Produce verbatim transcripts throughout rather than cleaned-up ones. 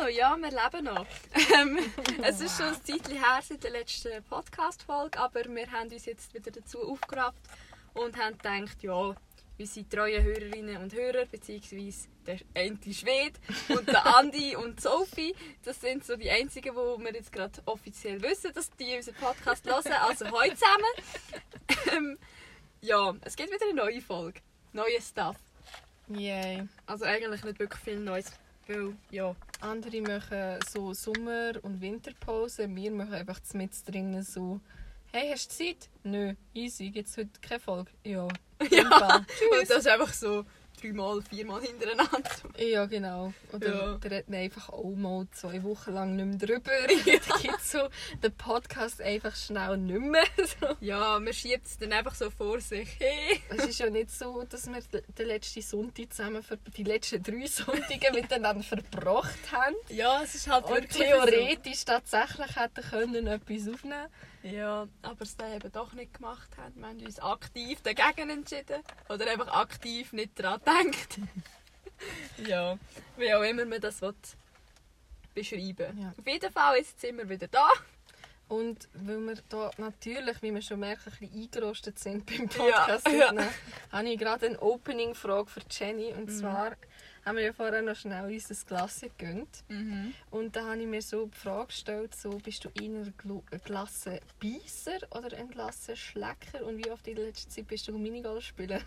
Also, ja, wir leben noch. Ähm, es ist schon ein Zeitchen her seit der letzten Podcast-Folge, aber wir haben uns jetzt wieder dazu aufgerafft und haben gedacht, ja, unsere treuen Hörerinnen und Hörer, beziehungsweise der eine Schwede und der Andi und Sophie, das sind so die einzigen, die wir jetzt gerade offiziell wissen, dass die unseren Podcast hören. Also heute zusammen. Ähm, ja, es gibt wieder eine neue Folge. Neues Stuff. Yay. Also eigentlich nicht wirklich viel Neues. Weil, ja. Andere machen so Sommer- und Winterpause. Wir machen einfach mit drinnen so: Hey, hast du Zeit? Nö, easy, gibt es heute keine Folge? Ja. Ja, und das ist einfach so dreimal, viermal hintereinander. Ja, genau. Oder Ja. der redet einfach auch mal zwei Wochen lang nicht mehr drüber. Ja. Dann gibt so den Podcast einfach schnell nicht mehr. So. Ja, man schiebt es dann einfach so vor sich. Hey. Es ist ja nicht so, dass wir den letzten Sonntag zusammen, ver- die letzten drei Sonntage miteinander verbracht haben. Ja, es ist halt Und wirklich theoretisch tatsächlich hätten können etwas aufnehmen. so. Ja, aber es dann eben doch nicht gemacht haben. Wir haben uns aktiv dagegen entschieden. Oder einfach aktiv nicht daran gedacht. Ja, wie auch immer man das will beschreiben. Ja. Auf jeden Fall ist jetzt sind wir wieder da. Und weil wir da natürlich, wie wir schon merken, ein bisschen eingerostet sind beim Ja, Podcast, ja. aufnehmen, habe ich gerade eine Opening-Frage für Jenny. Und Mhm. zwar haben wir ja vorher noch schnell unser Glas gegönnt. Mhm. Und da habe ich mir so die Frage gestellt, so, bist du eher ein Glu- ein Glassenbeisser oder ein Glassenschlecker? Und wie oft in der letzten Zeit bist du Minigolf spielen?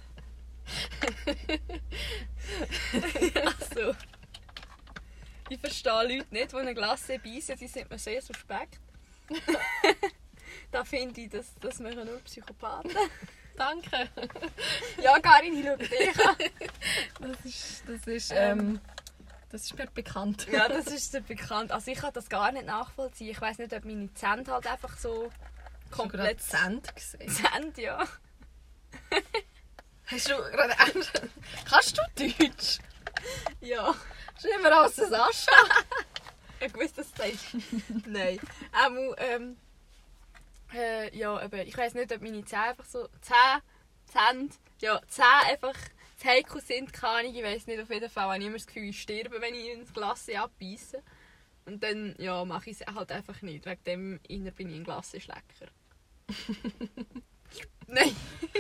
Also, ich verstehe Leute nicht, die eine Glasse beißen, die sind mir sehr suspekt. Da finde ich, dass das machen nur Psychopathen. Danke. Ja, Karin, ich schaue dich an. Das ist, das ist, Ähm. ähm, das ist mir bekannt. Ja, das ist sehr bekannt. Also ich kann das gar nicht nachvollziehen. Ich weiss nicht, ob meine Zähne halt einfach so komplett Cent gesehen. Zähne, ja. Hast du gerade Kannst du Deutsch? Ja. Schreib mir aus der Sascha. Ich wusste, dass das ist. Nein. Einmal, ähm, äh, ja, eben, ich weiss nicht, ob meine Zähne einfach so... Zähne, Zähne, ja, Zähne einfach zu heikel sind, keine Ahnung. Ich weiss nicht, auf jeden Fall habe ich immer das Gefühl, ich sterbe, wenn ich ins Glas abbeisse. Und dann, ja, mache ich es halt einfach nicht. Wegen dem inner bin ich ein Glassenschlecker. Nein.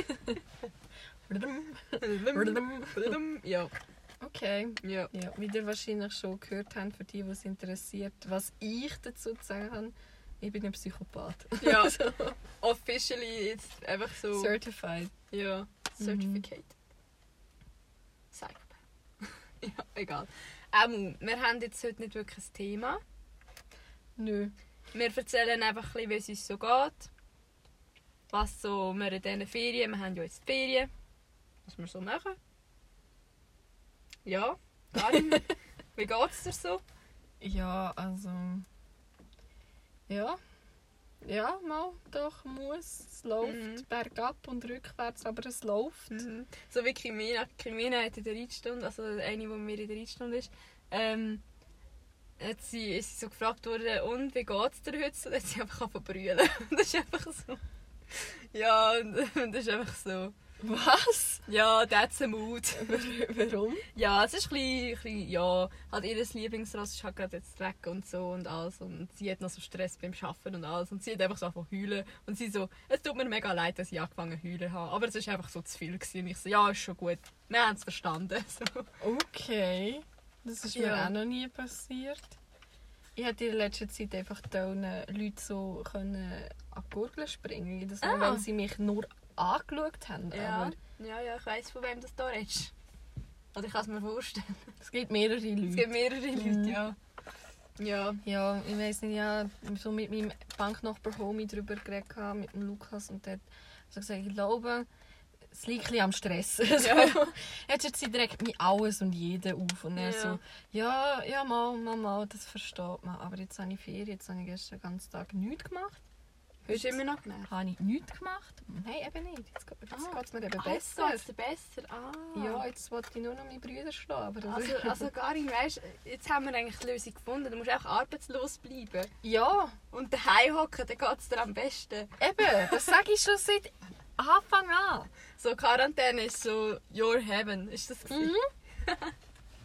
Ja, Okay. ja. Ja, wie ihr wahrscheinlich schon gehört habt, für die, die es interessiert, was ich dazu zu sagen habe, ich bin ein Psychopath. Ja, So. officially jetzt einfach so... Certified. Ja, Certificate. Psychopath. Ja, egal. Ähm, wir haben jetzt heute nicht wirklich ein Thema. Nö. Wir erzählen einfach ein bisschen, wie es uns so geht. Was so wir in diesen Ferien, wir haben ja jetzt die Ferien, was wir so machen. Ja, Karin, wie geht es dir so? Ja, also... Ja. Ja, mal, doch, muss. Es läuft Mhm. bergab und rückwärts, aber es läuft. Mhm. So wie Kimina. Kimina hat in der Reitstunde, also eine, die mit mir in der Reitstunde ist, ähm, hat sie, ist sie so gefragt worden, und wie geht es dir heute? Und dann hat sie einfach angefangen zu brüllen. Das ist einfach so... Ja, und, und das ist einfach so... Was? Ja, that's a mood. Warum? Ja, es ist ein bisschen, ein bisschen ja, halt ihr Lieblingsross ist halt gerade jetzt weg und so und alles. Und sie hat noch so Stress beim Arbeiten und alles. Und sie hat einfach so angefangen zu heulen. Und sie so, es tut mir mega leid, dass ich angefangen zu heulen habe. Aber es war einfach so zu viel gewesen. Und ich so, ja, ist schon gut. Wir haben es verstanden. So. Okay. Das ist mir Ja. auch noch nie passiert. Ich hätte in der letzten Zeit einfach den Leuten so können an die Gurgel springen. Jedes Mal, Ah. wenn sie mich nur angeschaut haben. Ja, Aber ja, ja, ich weiss, von wem das da ist. Oder ich kann es mir vorstellen. es gibt mehrere Leute. Es gibt mehrere Leute, Mhm. ja. Ja. Ja, ich weiss nicht, ja, so mit meinem Banknachbar Homie darüber geredet, gehabt, mit dem Lukas, und der hat so gesagt, ich glaube, es liegt ein bisschen am Stress. Ja. So, jetzt sie direkt mit alles und jeden auf. Und er Ja. so, ja, ja, mal, mal, mal, das versteht man. Aber jetzt habe ich Ferien, jetzt habe ich gestern den ganzen Tag nichts gemacht. Bist du immer noch genervt? Habe ich nichts gemacht? Nein, eben nicht. Jetzt, geht- jetzt Ah. geht es mir eben Ah, jetzt besser. geht's dir besser. Ah. Ja, jetzt wollte ich nur noch meine Brüder schlagen. Aber das Also, also Karin, weißt, jetzt haben wir eigentlich die Lösung gefunden. Du musst auch arbeitslos bleiben. ja, Und daheim hocken, dann geht es dir am besten. eben, das sage ich schon seit Anfang an. So Quarantäne ist so your heaven. Ist das gewesen?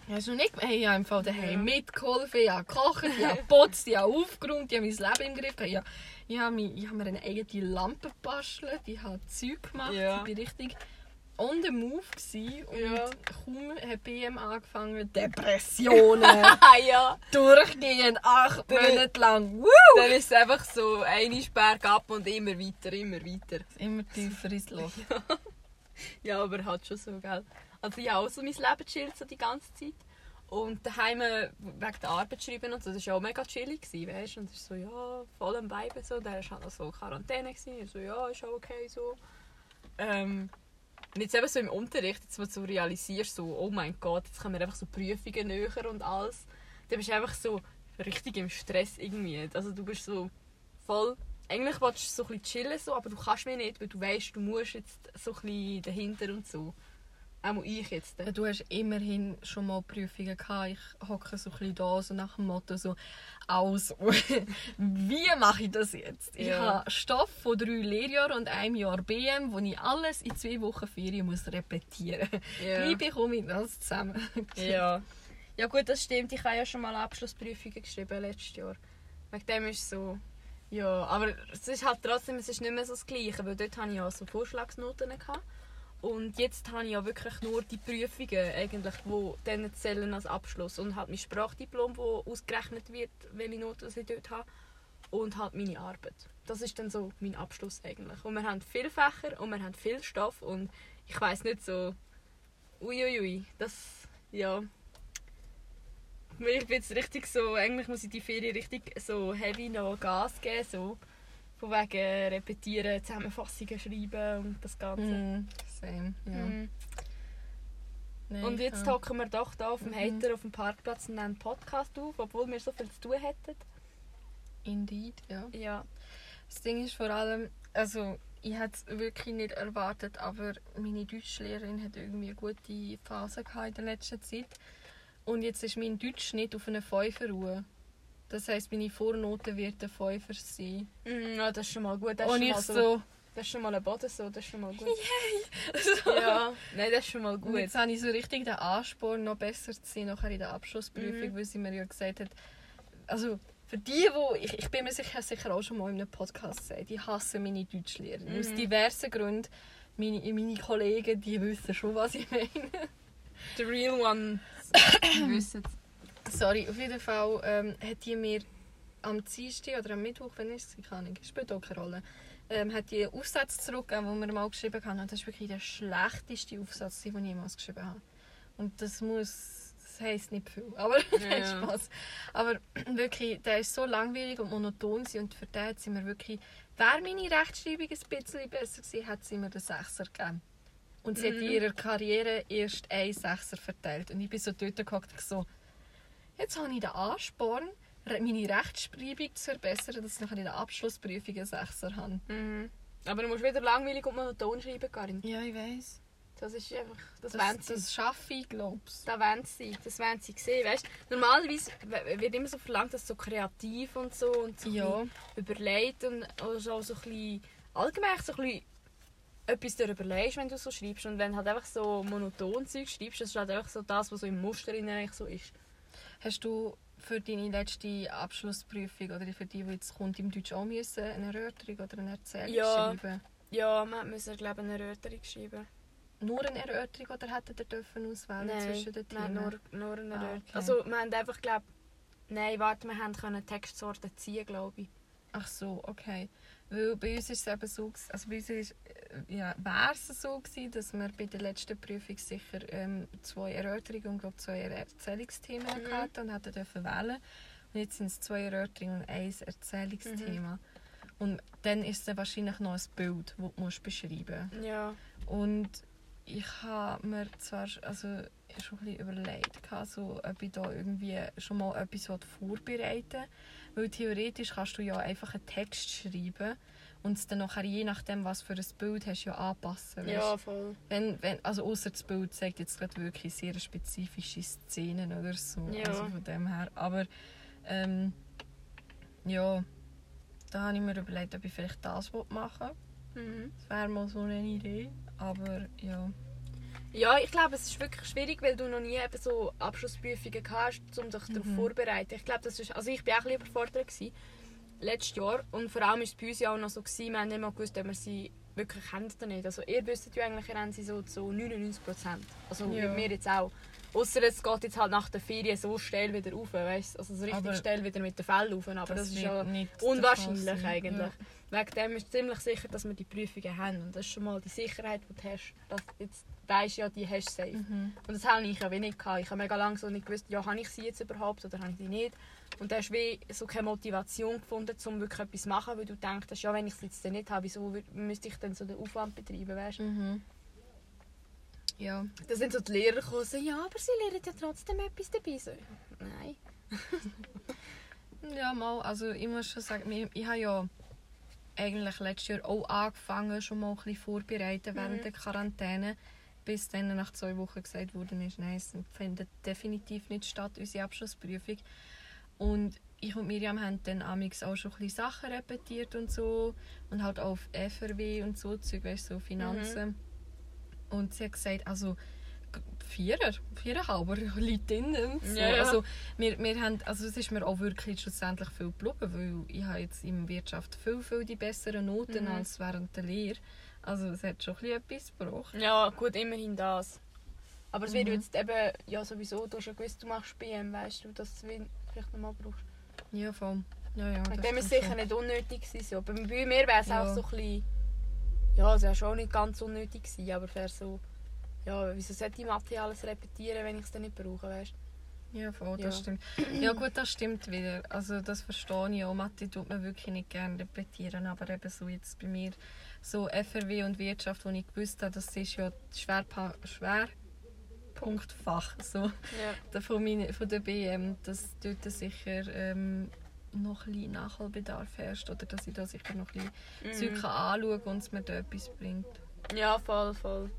Hast du nicht gemerkt? Ich habe im Fall daheim Ja. mitgeholfen, ich habe gekocht, ich habe geputzt, ich habe aufgeräumt, ich habe mein Leben im Griff. Ich habe, ich habe, mir, ich habe mir eine eigene Lampe gebastelt, ich habe Zeug gemacht, Ja. ich war richtig on the move gewesen. Und Ja. kaum hat B M angefangen, Depressionen Ah ja. durchgehend acht Dann- Monate lang. Woo! Dann ist es einfach so, eine bergab und immer weiter, immer weiter. Immer tiefer ins Loch. Ja, aber halt schon so, gell. Also ich habe auch so mein Leben chillt so die ganze Zeit. Und daheim äh, wegen der Arbeit schreiben und so, das war auch mega chillig, weißt du. Und es ist so, ja, voll am Vibe so. Der war halt noch so in Quarantäne. Gewesen. Ich so, ja, ist auch okay so. Ähm, und jetzt eben so im Unterricht, jetzt, wo du so realisierst, so, oh mein Gott, jetzt kommen einfach so Prüfungen näher und alles. Dann bist du einfach so richtig im Stress irgendwie. Also du bist so voll... Eigentlich willst du so ein bisschen chillen, so, aber du kannst mir nicht, weil du weißt, du musst jetzt so ein bisschen dahinter und so. Auch ich jetzt. Ja, du hast immerhin schon mal Prüfungen gehabt. Ich hocke so ein bisschen da, so nach dem Motto so, also, wie mache ich das jetzt? Ich Ja. habe Stoff von drei Lehrjahren und einem Jahr B M, wo ich alles in zwei Wochen Ferien muss repetieren muss. Ja. Wie bekomme ich das zusammen? Ja. Ja gut, das stimmt. Ich habe ja schon mal Abschlussprüfungen geschrieben letztes Jahr. Wegen dem ist es so... Ja, aber es ist halt trotzdem, es ist nicht mehr so das Gleiche, weil dort hatte ich ja so Vorschlagsnoten gehabt. Und jetzt habe ich ja wirklich nur die Prüfungen, eigentlich, die dann zählen als Abschluss. Und halt mein Sprachdiplom, wo ausgerechnet wird, welche Noten ich dort habe. Und halt meine Arbeit. Das ist dann so mein Abschluss eigentlich. Und wir haben viele Fächer und wir haben viel Stoff. Und ich weiss nicht so... Uiuiui, das... Ja... Ich bin jetzt richtig so... Eigentlich muss ich die Ferien richtig so heavy noch Gas geben. So. Von wegen Repetieren, Zusammenfassungen schreiben und das Ganze. Mm, same, ja. Mhm. Nein, Und jetzt ja. hocken wir doch da auf dem Mhm. Hater auf dem Parkplatz und nehmen einen Podcast auf, obwohl wir so viel zu tun hätten. Indeed, ja. Ja. Das Ding ist vor allem, also ich hätte es wirklich nicht erwartet, aber meine Deutschlehrerin hat irgendwie eine gute Phase gehabt in der letzten Zeit. Und jetzt ist mein Deutsch nicht auf einer Fünfer Ruhe. Das heisst, meine Vornote wird ein Fünfer sein. Mhm, ja, das ist schon mal gut. Das ist, Und schon ich mal so, so, das ist schon mal ein Boden so, das ist schon mal gut. so. Ja, nein, das ist schon mal Und gut. jetzt habe ich so richtig den Ansporn, noch besser zu sein, nachher in der Abschlussprüfung, Mhm. weil sie mir ja gesagt hat, also für die, wo ich, ich bin mir sicher, sicher auch schon mal in einem Podcast gesagt, ich hasse meine Deutschlehrerin. Mhm. Aus diversen Gründen. Meine, meine Kollegen, die wissen schon, was ich meine. The real one. Wir wissen es. Sorry, auf jeden Fall ähm, hat die mir am Dienstag oder am Mittwoch, wenn es war, keine Ahnung, spielt auch keine Rolle, ähm, hat die einen Aufsatz zurückgegeben, den wir mal geschrieben haben. Und das war wirklich der schlechteste Aufsatz, den ich jemals geschrieben habe. Und das muss, das heisst nicht viel, aber Ja, ja. Spaß. Aber wirklich, der ist so langweilig und monoton gewesen. Und für den hat sie mir wirklich, wäre meine Rechtschreibung ein bisschen besser gewesen, hat sie mir den Sechser gegeben. Und sie hat in Mhm. ihrer Karriere erst einen Sechser verteilt. Und ich bin so dort gehockt und so, jetzt habe ich den Ansporn, re- meine Rechtschreibung zu verbessern, dass ich nachher in der Abschlussprüfung einen Sechser habe. Mhm. Aber du musst wieder langweilig und monoton schreiben, Karin. Ja, ich weiss. Das ist einfach... Das, Das, wollen das, sie. das schaffe ich, glaub's. Das wollen sie. Das wollen sie sehen, weißt du? Normalerweise w- wird immer so verlangt, dass so kreativ und so und so ein Ja. bisschen überlegt und also so ein bisschen... Allgemein so ein bisschen etwas darüber überlegst, wenn du so schreibst. Und wenn du halt einfach so monoton Zeug schreibst, das ist halt einfach so das, was so im Muster eigentlich so ist. Hast du für deine letzte Abschlussprüfung oder für die, die jetzt kommt, im Deutsch auch müssen, eine Erörterung oder eine Erzählung Ja. schreiben? Ja, wir müssen, glaube ich, eine Erörterung schreiben. Nur eine Erörterung oder hättet ihr dürfen auswählen Nein, zwischen den nein, Themen? nur, nur eine Ah, Erörterung. okay. Also wir haben einfach, glaube Nein, warte, wir haben können Textsorten ziehen, glaube ich. Ach so, okay. Weil bei uns ist es eben so, gewesen- also bei uns ist, äh, ja, wäre es so gewesen, dass wir bei der letzten Prüfung sicher ähm, zwei Erörterungen und glaub, zwei Erzählungsthemen Mhm. hatten und hätten dürfen wählen. Und jetzt sind es zwei Erörterungen und ein Erzählungsthema. Mhm. Und dann ist es dann wahrscheinlich noch ein Bild, das du musst beschreiben musst. Ja. Und ich habe mir zwar also, schon ein bisschen überlegt, also, ob ich da irgendwie schon mal etwas vorbereiten will. Weil theoretisch kannst du ja einfach einen Text schreiben und es dann nachher, je nachdem, was für ein Bild hast, ja anpassen. Weißt? Ja, voll. Wenn, wenn, also ausser das Bild zeigt jetzt gerade wirklich sehr spezifische Szenen oder so. Ja. Also von dem her. Aber ähm, ja, da habe ich mir überlegt, ob ich vielleicht das machen will. Mhm. Das wäre mal so eine Idee. Aber ja. Ja, ich glaube, es ist wirklich schwierig, weil du noch nie eben so Abschlussprüfungen hast, um dich darauf Mhm. vorzubereiten. Ich glaube, das ist, also ich war auch ein bisschen überfordert gewesen, letztes Jahr. Und vor allem war es bei uns ja auch noch so, gewesen, wir haben nicht mal gewusst, ob wir sie wirklich haben oder nicht. Also ihr wisst ja eigentlich, ihr habt sie so zu neunundneunzig Prozent. Also Ja. wir jetzt auch. Ausser es geht jetzt halt nach der Ferien so schnell wieder rauf, weißt? Also so richtig Aber schnell wieder mit den Fällen rauf. Aber das, ist wird ja nicht der unwahrscheinlich Fall sein. eigentlich. Ja. Wegen dem ist ziemlich sicher, dass wir die Prüfungen haben. Und das ist schon mal die Sicherheit, die du hast. Dass jetzt weisst ja, die hast du safe. Mhm. Und das habe ich ja wenig gehabt. Ich habe mega lange so nicht gewusst, ja, habe ich sie jetzt überhaupt oder habe ich die nicht. Und da hast du wie so keine Motivation gefunden, um wirklich etwas zu machen, weil du denkst, ja, wenn ich es jetzt dann nicht habe, wieso wür- müsste ich dann so den Aufwand betreiben, weißt? Mhm. Ja. Da sind so die Lehrer gekommen, so, ja, aber sie lernen ja trotzdem etwas dabei. So, nein. Ja, mal. Also ich muss schon sagen, ich, ich habe ja eigentlich letztes Jahr auch angefangen, schon mal ein bisschen vorbereiten während Mhm. der Quarantäne. Bis dann nach zwei Wochen gesagt wurde, nein, es findet definitiv nicht statt, unsere Abschlussprüfung. Und ich und Miriam haben dann amigs auch schon ein bisschen Sachen repetiert und so. Und halt auch auf F R W und so, Zeug, weißt du, so Finanzen. Und sie hat gesagt, also Vierer, viereinhalber Leute drinnen. So. Ja, ja. Also, wir, wir haben, also es ist mir auch wirklich schlussendlich viel geblieben, weil ich habe jetzt in Wirtschaft viel, viel die besseren Noten Mhm. als während der Lehre. Also es hat schon ein bisschen etwas gebraucht. Ja, gut, immerhin das. Aber es wird Mhm. jetzt eben, ja sowieso, du hast schon gewusst, du machst B M, weißt du, dass du es vielleicht nochmal brauchst. Ja, voll. Ja, ja, Wegen das dem ist es stimmt sicher schon. nicht unnötig gewesen. So. Aber bei mir wäre es Ja. auch so ein bisschen... Ja, es wäre schon nicht ganz unnötig gewesen, aber es wäre so... Ja, wieso sollte ich Mathe alles repetieren, wenn ich es dann nicht brauche, weißt Ja, voll, das Ja. stimmt. Ja gut, das stimmt wieder. Also das verstehe ich auch. Mathe tut man wirklich nicht gerne repetieren, aber eben so jetzt bei mir so F R W und Wirtschaft, wo ich gewusst habe, das ist ja das Schwerpa Schwerpunktfach so, Ja. da von, meine, von der B M, dass dort sicher ähm, noch ein bisschen Nachholbedarf herrscht oder dass ich da sicher noch ein bisschen Zeug kann anschauen und es mir da etwas bringt. Ja, voll, voll.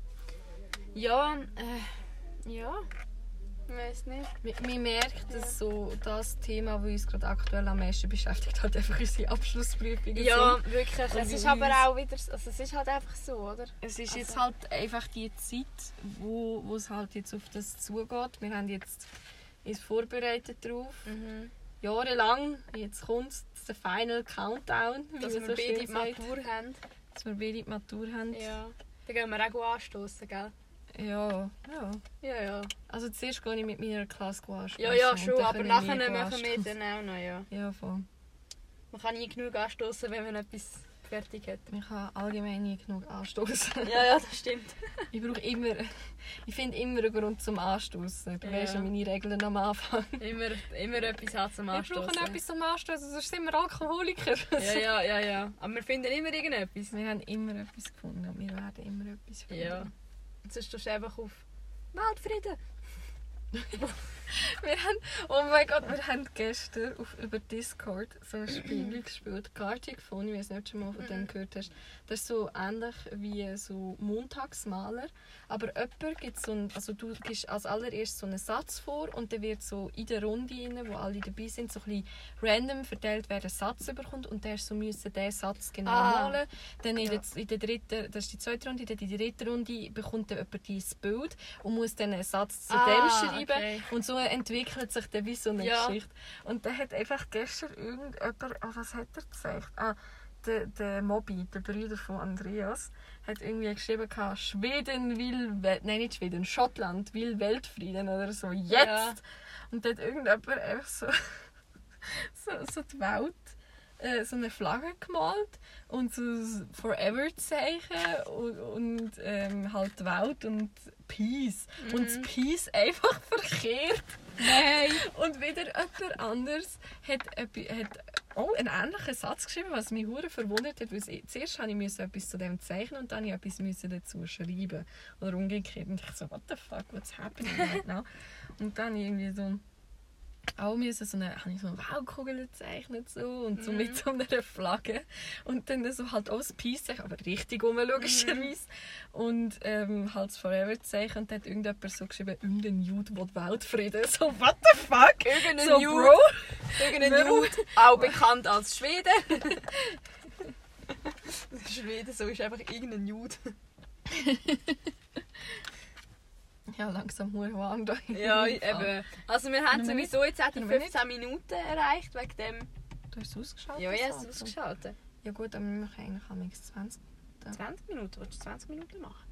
Ja, äh... Ja... Ich weiß nicht. Man, man merkt, dass so das Thema, das uns gerade aktuell am meisten beschäftigt, halt einfach unsere Abschlussprüfungen Ja, sind. wirklich. Und Es ist bei aber uns- auch wieder... Also es ist halt einfach so, oder? Es ist Also- jetzt halt einfach die Zeit, wo, wo es halt jetzt auf das zugeht. Wir haben jetzt uns vorbereitet darauf. Mhm. Jahrelang. Jetzt kommt der Final Countdown, wie Dass man wir so beide schön die sagt. Matur haben. Dass wir beide die Matur haben. Ja. Dann gehen wir auch anstoßen, gell? Ja, ja. Ja, ja. Also zuerst gehe ich mit meiner Klasse anstoßen. Ja, ja, und schon. dann Aber können nachher wir machen wir anstoßen. dann auch noch, ja. Ja, voll. Man kann nie genug anstoßen, wenn man etwas fertig hat. Ich kann allgemein nie genug anstoßen. Ja, ja, das stimmt. Ich brauche immer, ich finde immer einen Grund zum Anstoßen. Du Ja. weißt ja meine Regeln am Anfang. Immer, immer etwas hat zum Wir Anstoßen. brauchen etwas zum Anstoßen, sonst sind wir Alkoholiker. Ja, ja, ja, ja. Aber wir finden immer irgendetwas. Wir haben immer etwas gefunden und wir werden immer etwas finden. Ja. Und sonst tust du einfach auf Weltfrieden. Wir haben, oh mein Gott, wir haben gestern auf, über Discord so ein Spiel gespielt, Gartic Phone, ich weiß nicht, ob du schon mal von dem gehört hast. Das ist so ähnlich wie so Montagsmaler, aber jemand gibt so ein, also du gibst als allererstes so einen Satz vor und dann wird so in der Runde, rein, wo alle dabei sind, so ein bisschen random verteilt, wer einen Satz bekommt und der so müssen diesen Satz genau Ah. malen. Dann in, Ja. der, in der dritten, das ist die zweite Runde, dann in der dritten Runde bekommt dann jemand dieses Bild und muss dann einen Satz zu dem schreiben. okay. Und so entwickelt sich dann wie so eine Ja. Geschichte. Und dann hat einfach gestern irgendjemand, ah, was hat er gezeigt? Ah, der, der Mobi, der Bruder von Andreas, hat irgendwie geschrieben, gehabt, Schweden will, Wel nein nicht Schweden, Schottland will Weltfrieden oder so, jetzt! Ja. Und dann hat irgendjemand einfach so, so, so die Welt, äh, so eine Flagge gemalt und so ein Forever-Zeichen und, und ähm, halt die Welt und Peace. Mhm. Und das Peace einfach verkehrt. Nein! Und wieder jemand anderes hat, epi- hat auch einen ähnlichen Satz geschrieben, was mich hure verwundert hat, weil ich, zuerst musste ich etwas zu dem zeichnen und dann musste ich etwas dazu schreiben. Oder umgekehrt. Und ich so, what the fuck, what's happening right now? Und dann irgendwie so... Auch müssen so eine, habe ich so eine Weltkugel gezeichnet so, und so Mhm. mit so einer Flagge. Und dann so halt auch das Peace-Zeichen, aber richtig rum, logischerweise. Und ähm, halt das Forever-Zeichen. Und dann hat irgendjemand so geschrieben, irgendein Jude will Weltfrieden. So, what the fuck? Irgendein So, Jude, Bro. irgendein Warum? Jude, auch bekannt als Schweden. Schweden, so ist einfach irgendein Jude. Ja, langsam hure warm da. Ja, eben. Also wir haben Können wir sowieso jetzt auch die Können wir fünfzehn Minuten erreicht, wegen dem... Du hast es ausgeschaltet? Ja, ich habe es also. ausgeschaltet. Ja gut, aber wir machen eigentlich am zwanzig. zwanzig Minuten? Willst du zwanzig Minuten machen?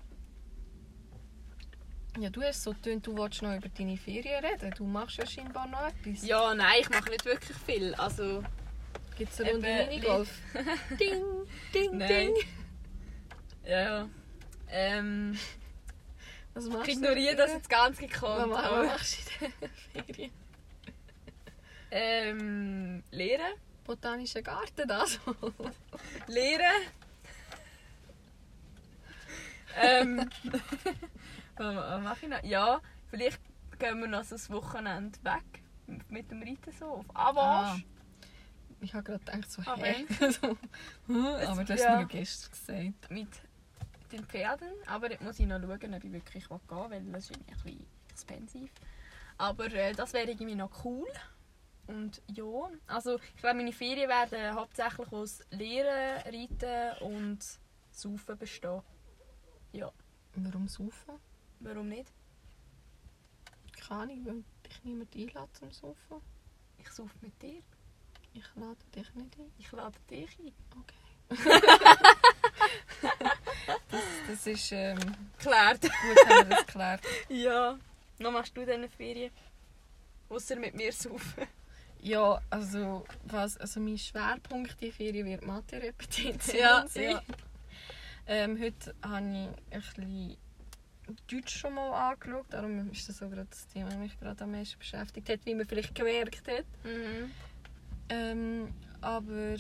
Ja, du hast so getönt, du willst noch über deine Ferien reden. Du machst ja scheinbar noch etwas. Ja, nein, ich mache nicht wirklich viel. Also... Gibt es eine Runde Eben, Minigolf? Ding, ding, Nein. ding. Ja, ja. Ähm... Was machst Ich du? ignoriere das jetzt ganz Was gekonnt. mach- aber- was machst du in den Ferien? Ähm... Lehren. Botanischer Garten, das. Lehren. ähm... Was was mache ich noch? Ja, vielleicht gehen wir noch so ein Wochenende weg. Mit dem Reiten so auf Avanche. Ich habe gerade gedacht, so, Ah, hä? so, hm, aber das Ja. hast du mir gestern gesagt. Mit den Pferden. Aber jetzt muss ich noch schauen, ob ich wirklich gehen will, weil das ist irgendwie ein bisschen expensiv. Aber äh, das wäre irgendwie noch cool. Und ja, also ich glaube, meine Ferien werden hauptsächlich aus Lehren, Reiten und Saufen bestehen. Ja, Warum saufen? warum nicht? Keine Ahnung, weil dich niemand einlädt zum Saufen. Ich saufe mit dir. Ich lade dich nicht ein. Ich lade dich ein. Okay. das, das ist ähm, Klärt. gut, haben wir das geklärt. Ja. Was machst du in den Ferien? Ausser mit mir saufen. Ja, also, was, also mein Schwerpunkt in Ferien wird Mathe-Repetition Ja, sein. ja. Ähm, heute habe ich ein bisschen Deutsch schon mal angeschaut, darum ist das so gerade das Thema, das mich gerade am meisten beschäftigt hat, wie man vielleicht gemerkt hat. Mhm. Ähm, aber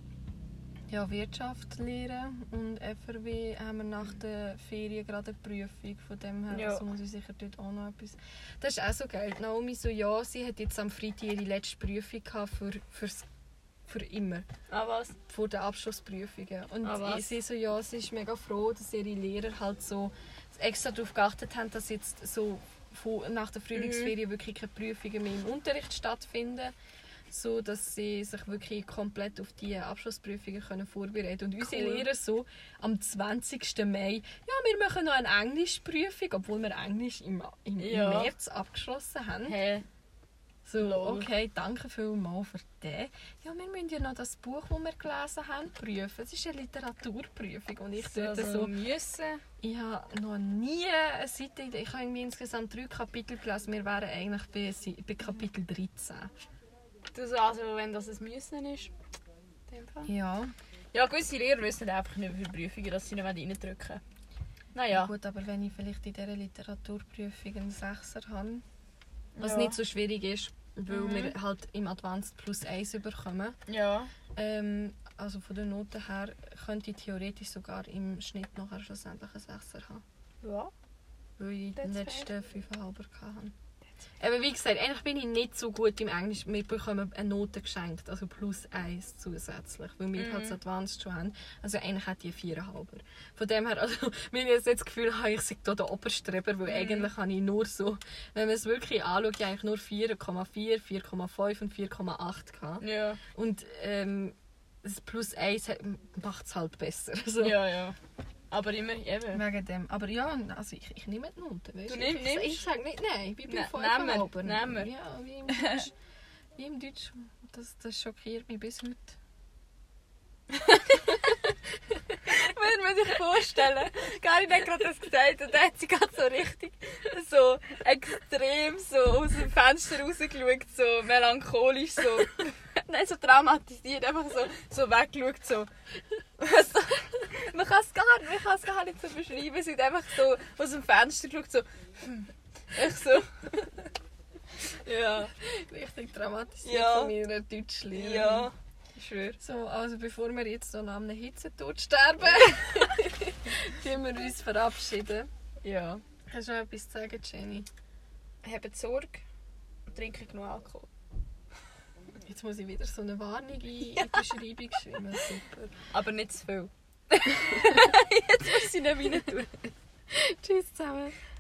ja, Wirtschaft lernen und F R W haben wir nach der Ferien gerade eine Prüfung, von dem her Ja. also muss ich sicher dort auch noch etwas... Das ist auch so geil. Naomi so, ja, sie hat jetzt am Freitag ihre letzte Prüfung gehabt für, für's, für immer, Ah, was? vor den Abschlussprüfungen. Und Ah, was? ich, sie so, ja, sie ist mega froh, dass ihre Lehrer halt so extra darauf geachtet haben, dass jetzt so von, nach der Frühlingsferien wirklich keine Prüfungen mehr im Unterricht stattfinden, so dass sie sich wirklich komplett auf die Abschlussprüfungen können vorbereiten können. Und unsere Cool. Lehrer so am zwanzigsten Mai, ja, wir machen noch eine Englischprüfung, obwohl wir Englisch im, im, Ja. im März abgeschlossen haben. Hä? So, Lol. okay, danke vielmals für den. Ja, wir müssen ja noch das Buch, das wir gelesen haben, prüfen. Es ist eine Literaturprüfung. Und ich dort Also, so, müssen. ich habe noch nie eine Seite, ich habe irgendwie insgesamt drei Kapitel gelesen. Wir wären eigentlich bei, Si- bei Kapitel dreizehn. Du so, also, wenn das ein Müssen ist. In dem Fall. Ja. Ja, gewisse Lehrer wissen einfach nicht für Prüfungen, dass sie nicht reindrücken wollen. Naja. Gut, aber wenn ich vielleicht in dieser Literaturprüfung einen Sechser habe, was Ja. nicht so schwierig ist, weil Mhm. wir halt im Advanced plus eins bekommen. Ja. Ähm, also von den Noten her könnte ich theoretisch sogar im Schnitt nachher schlussendlich einen Sechser haben. Ja. Weil ich den That's letzten fünfeinhalber hatte. Aber wie gesagt, eigentlich bin ich nicht so gut im Englisch. Wir bekommen eine Note geschenkt, also plus eins zusätzlich, weil wir Mhm. halt das Advanced schon haben. Also eigentlich hätte ich viereinhalber. Von dem her, also wenn ich jetzt das Gefühl habe, ich sei hier der Oberstreber, weil Mhm. eigentlich habe ich nur so, wenn man es wirklich anschaut, ich eigentlich nur vier Komma vier, vier Komma fünf und vier Komma acht gehabt. Ja. Und ähm, das plus eins macht es halt besser. Also, Ja, ja. Aber immer eben. wegen dem. Aber ja, also ich, ich nehme die Noten. Weißt Du ich, nimm- ich, nimmst? ich sage nicht nein, ich bin bei Ne- fünfeinhalb. nehmen wir, nehmen wir. Ja, wie im Deutsch. Wie im Deutsch. Das, das schockiert mich bis heute. Wenn man sich vorstellen, Karin hat gerade das gesagt und dann hat sie gerade so richtig so extrem so aus dem Fenster rausgeschaut, so melancholisch, so, nein, so traumatisiert, einfach so, so weggeschaut, so. so. Man kann es gar, man kann es gar nicht so beschreiben, sie hat einfach so aus dem Fenster geschaut, so, hm. Echt so. Ja. Richtig dramatisiert Ja. von meiner Deutschlehrerin. Ja. Ich schwöre. So, also bevor wir jetzt noch nach einem Hitzetod sterben, tun wir uns verabschieden. Ja. Hast du noch etwas zu sagen, Jenny? Habt Sorge und trinken genug Alkohol. Jetzt muss ich wieder so eine Warnung in, in die Beschreibung schreiben. Super. Aber nicht zu viel. Jetzt muss ich nicht rein tun. Tschüss zusammen.